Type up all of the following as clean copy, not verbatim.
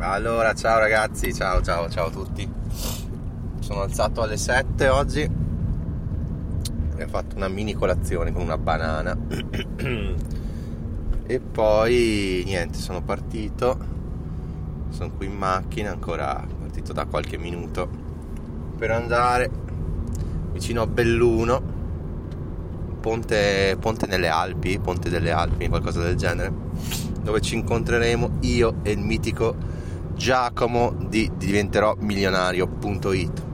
Allora, ciao ragazzi, ciao a tutti. Sono alzato alle 7 oggi e ho fatto una mini colazione con una banana e poi niente, sono partito. Sono qui in macchina, ancora partito da qualche minuto per andare vicino a Belluno, ponte delle Alpi, qualcosa del genere, dove ci incontreremo io e il mitico Giacomo di diventeromilionario.it.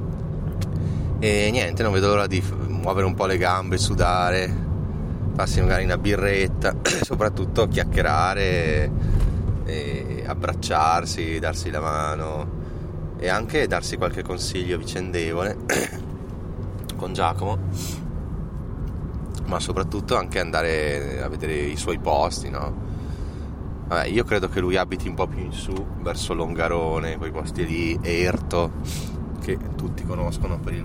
E niente, non vedo l'ora di muovere un po' le gambe, sudare, farsi magari una birretta e soprattutto chiacchierare e abbracciarsi, darsi la mano e anche darsi qualche consiglio vicendevole con Giacomo, ma soprattutto anche andare a vedere i suoi posti, no? Vabbè, io credo che lui abiti un po' più in su, verso Longarone, quei posti lì, Erto, che tutti conoscono per il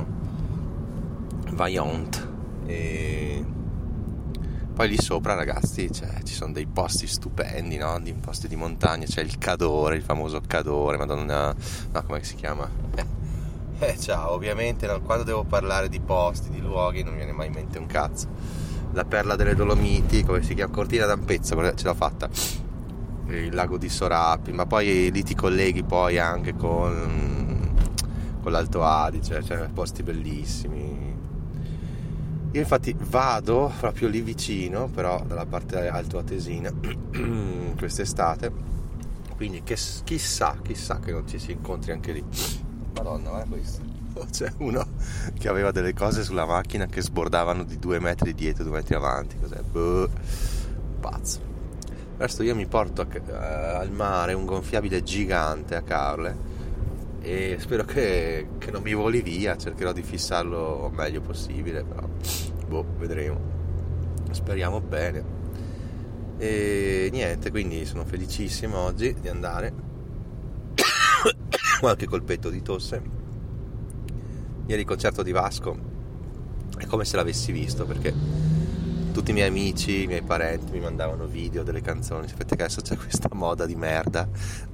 Vaillant. E poi lì sopra, ragazzi, ci sono dei posti stupendi, no? Di posti di montagna, c'è il Cadore, il famoso Cadore, madonna, no, come si chiama? Ciao, ovviamente quando devo parlare di posti, di luoghi, non mi viene mai in mente un cazzo. La Perla delle Dolomiti, come si chiama? Cortina d'Ampezzo, ce l'ho fatta. Il lago di Sorapi, ma poi lì ti colleghi poi anche con l'Alto Adige, cioè posti bellissimi. Io infatti vado proprio lì vicino, però dalla parte altoatesina quest'estate, quindi chissà che non ci si incontri anche lì. Madonna, questo. C'è uno che aveva delle cose sulla macchina che sbordavano di 2 metri dietro, 2 metri avanti. Cos'è? Pazzo. Adesso io mi porto al mare un gonfiabile gigante a Carle e spero che non mi voli via. Cercherò di fissarlo meglio possibile, però vedremo. Speriamo bene. E niente, quindi sono felicissimo oggi di andare. Qualche colpetto di tosse. Ieri il concerto di Vasco è come se l'avessi visto, perché tutti i miei amici, i miei parenti mi mandavano video delle canzoni. Sapete che adesso c'è questa moda di merda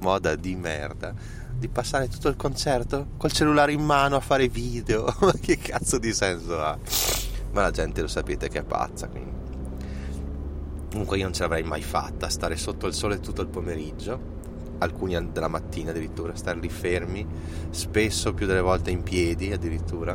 di passare tutto il concerto col cellulare in mano a fare video. Ma che cazzo di senso ha? Ma la gente lo sapete che è pazza, quindi comunque io non ce l'avrei mai fatta stare sotto il sole tutto il pomeriggio, alcuni della mattina addirittura, stare lì fermi, spesso più delle volte in piedi addirittura.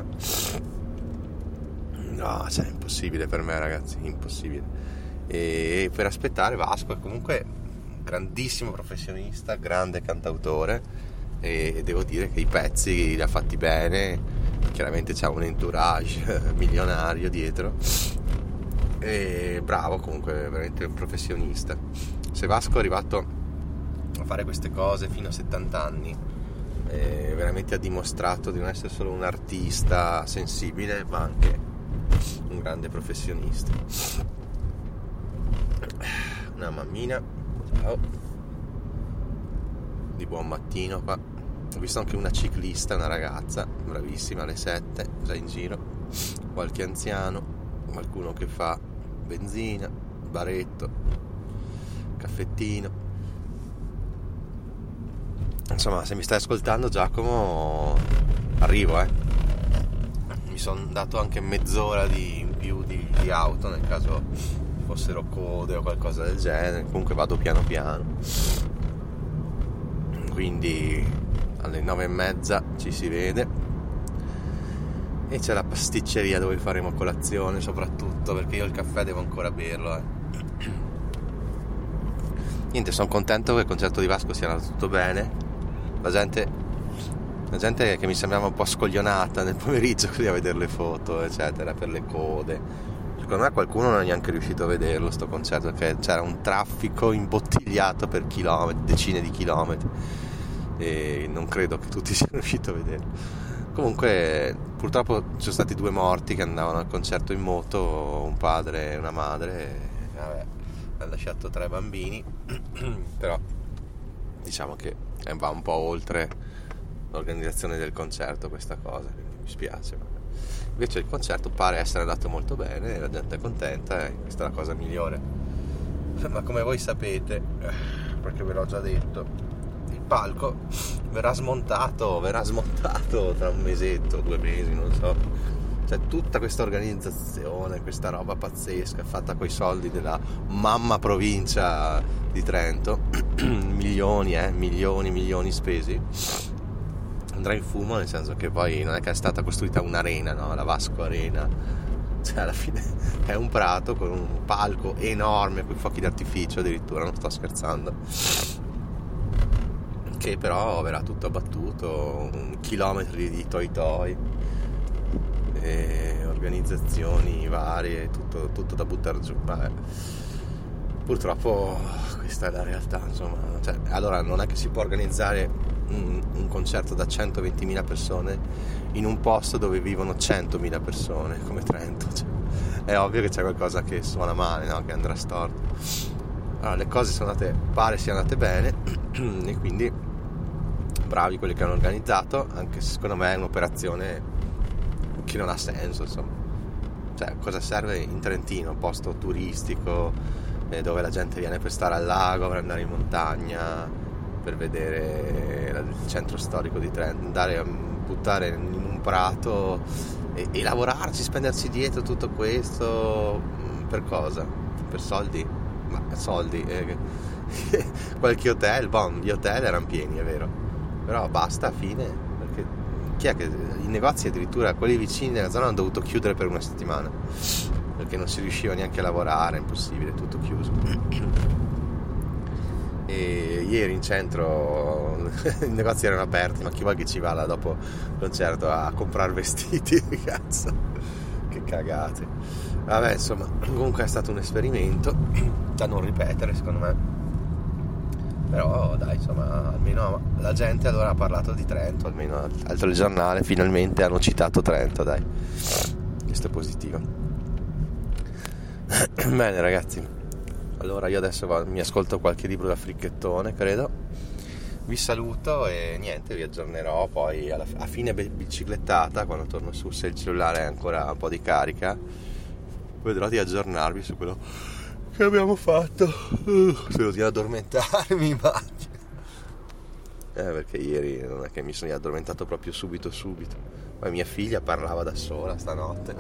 No, è impossibile per me, ragazzi, impossibile. E per aspettare Vasco è comunque grandissimo professionista, grande cantautore, e devo dire che i pezzi li ha fatti bene. Chiaramente c'ha un entourage milionario dietro, e bravo, comunque veramente un professionista. Se Vasco è arrivato a fare queste cose fino a 70 anni, veramente ha dimostrato di non essere solo un artista sensibile, ma anche un grande professionista. Una mammina, ciao, di buon mattino qua. Ho visto anche una ciclista, una ragazza bravissima, alle 7, già in giro, qualche anziano, qualcuno che fa benzina, baretto, caffettino. Insomma, se mi stai ascoltando, Giacomo, arrivo, mi sono dato anche mezz'ora in più di auto nel caso fossero code o qualcosa del genere. Comunque vado piano piano, quindi alle 9:30 ci si vede e c'è la pasticceria dove faremo colazione, soprattutto perché io il caffè devo ancora berlo. Niente, sono contento che il concerto di Vasco sia andato tutto bene. La gente che mi sembrava un po' scoglionata nel pomeriggio così a vedere le foto, eccetera, per le code. Secondo me qualcuno non è neanche riuscito a vederlo sto concerto, perché c'era un traffico imbottigliato per chilometri, decine di chilometri, e non credo che tutti siano riusciti a vederlo. Comunque purtroppo ci sono stati 2 morti che andavano al concerto in moto, un padre e una madre, e vabbè, hanno lasciato 3 bambini. Però diciamo che va un po' oltre l'organizzazione del concerto questa cosa, quindi mi spiace, ma invece il concerto pare essere andato molto bene, la gente è contenta e questa è la cosa migliore. Ma come voi sapete, perché ve l'ho già detto, palco verrà smontato tra un mesetto, 2 mesi, non so. Cioè tutta questa organizzazione, questa roba pazzesca fatta coi soldi della mamma provincia di Trento, milioni spesi, andrà in fumo, nel senso che poi non è che è stata costruita un'arena, no? La Vasco Arena, cioè alla fine è un prato con un palco enorme con i fuochi d'artificio, addirittura, non sto scherzando, che però verrà tutto abbattuto, chilometri di toi e organizzazioni varie, tutto da buttare giù. Vabbè. Purtroppo questa è la realtà, insomma. Cioè, allora non è che si può organizzare un concerto da 120.000 persone in un posto dove vivono 100.000 persone come Trento, cioè, è ovvio che c'è qualcosa che suona male, no? Che andrà storto. Allora le cose pare siano andate bene e quindi bravi quelli che hanno organizzato, anche se secondo me è un'operazione che non ha senso, insomma. Cioè, cosa serve in Trentino, posto turistico dove la gente viene per stare al lago, per andare in montagna, per vedere il centro storico di Trento, andare a buttare in un prato e lavorarci, spenderci dietro tutto questo per cosa? Per soldi? Ma soldi, qualche hotel, gli hotel erano pieni, è vero, però basta, fine, perché chi è che i negozi, addirittura quelli vicini nella zona, hanno dovuto chiudere per una settimana perché non si riusciva neanche a lavorare, impossibile, tutto chiuso. E ieri in centro i negozi erano aperti, ma chi vuole che ci vada dopo il concerto a comprare vestiti? Cazzo, che cagate. Vabbè, insomma, comunque è stato un esperimento da non ripetere, secondo me. Però dai, insomma, almeno la gente allora ha parlato di Trento, almeno al telegiornale finalmente hanno citato Trento, dai, questo è positivo. Bene ragazzi, allora io adesso mi ascolto qualche libro da fricchettone, credo, vi saluto e niente, vi aggiornerò poi a fine biciclettata, quando torno su, se il cellulare è ancora un po' di carica, vedrò di aggiornarvi su quello che abbiamo fatto. Spero di addormentarmi, immagino, perché ieri non è che mi sono addormentato proprio subito. Poi mia figlia parlava da sola stanotte.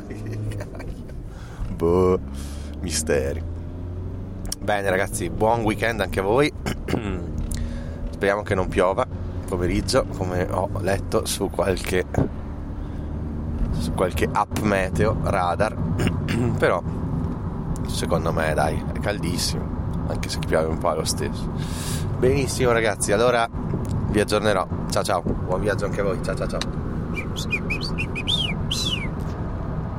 Boh, misteri. Bene ragazzi, buon weekend anche a voi. Speriamo che non piova pomeriggio, come ho letto su qualche app meteo radar. Però secondo me dai, è caldissimo, anche se piove un po' lo stesso. Benissimo ragazzi, allora vi aggiornerò. Ciao, buon viaggio anche a voi. Ciao.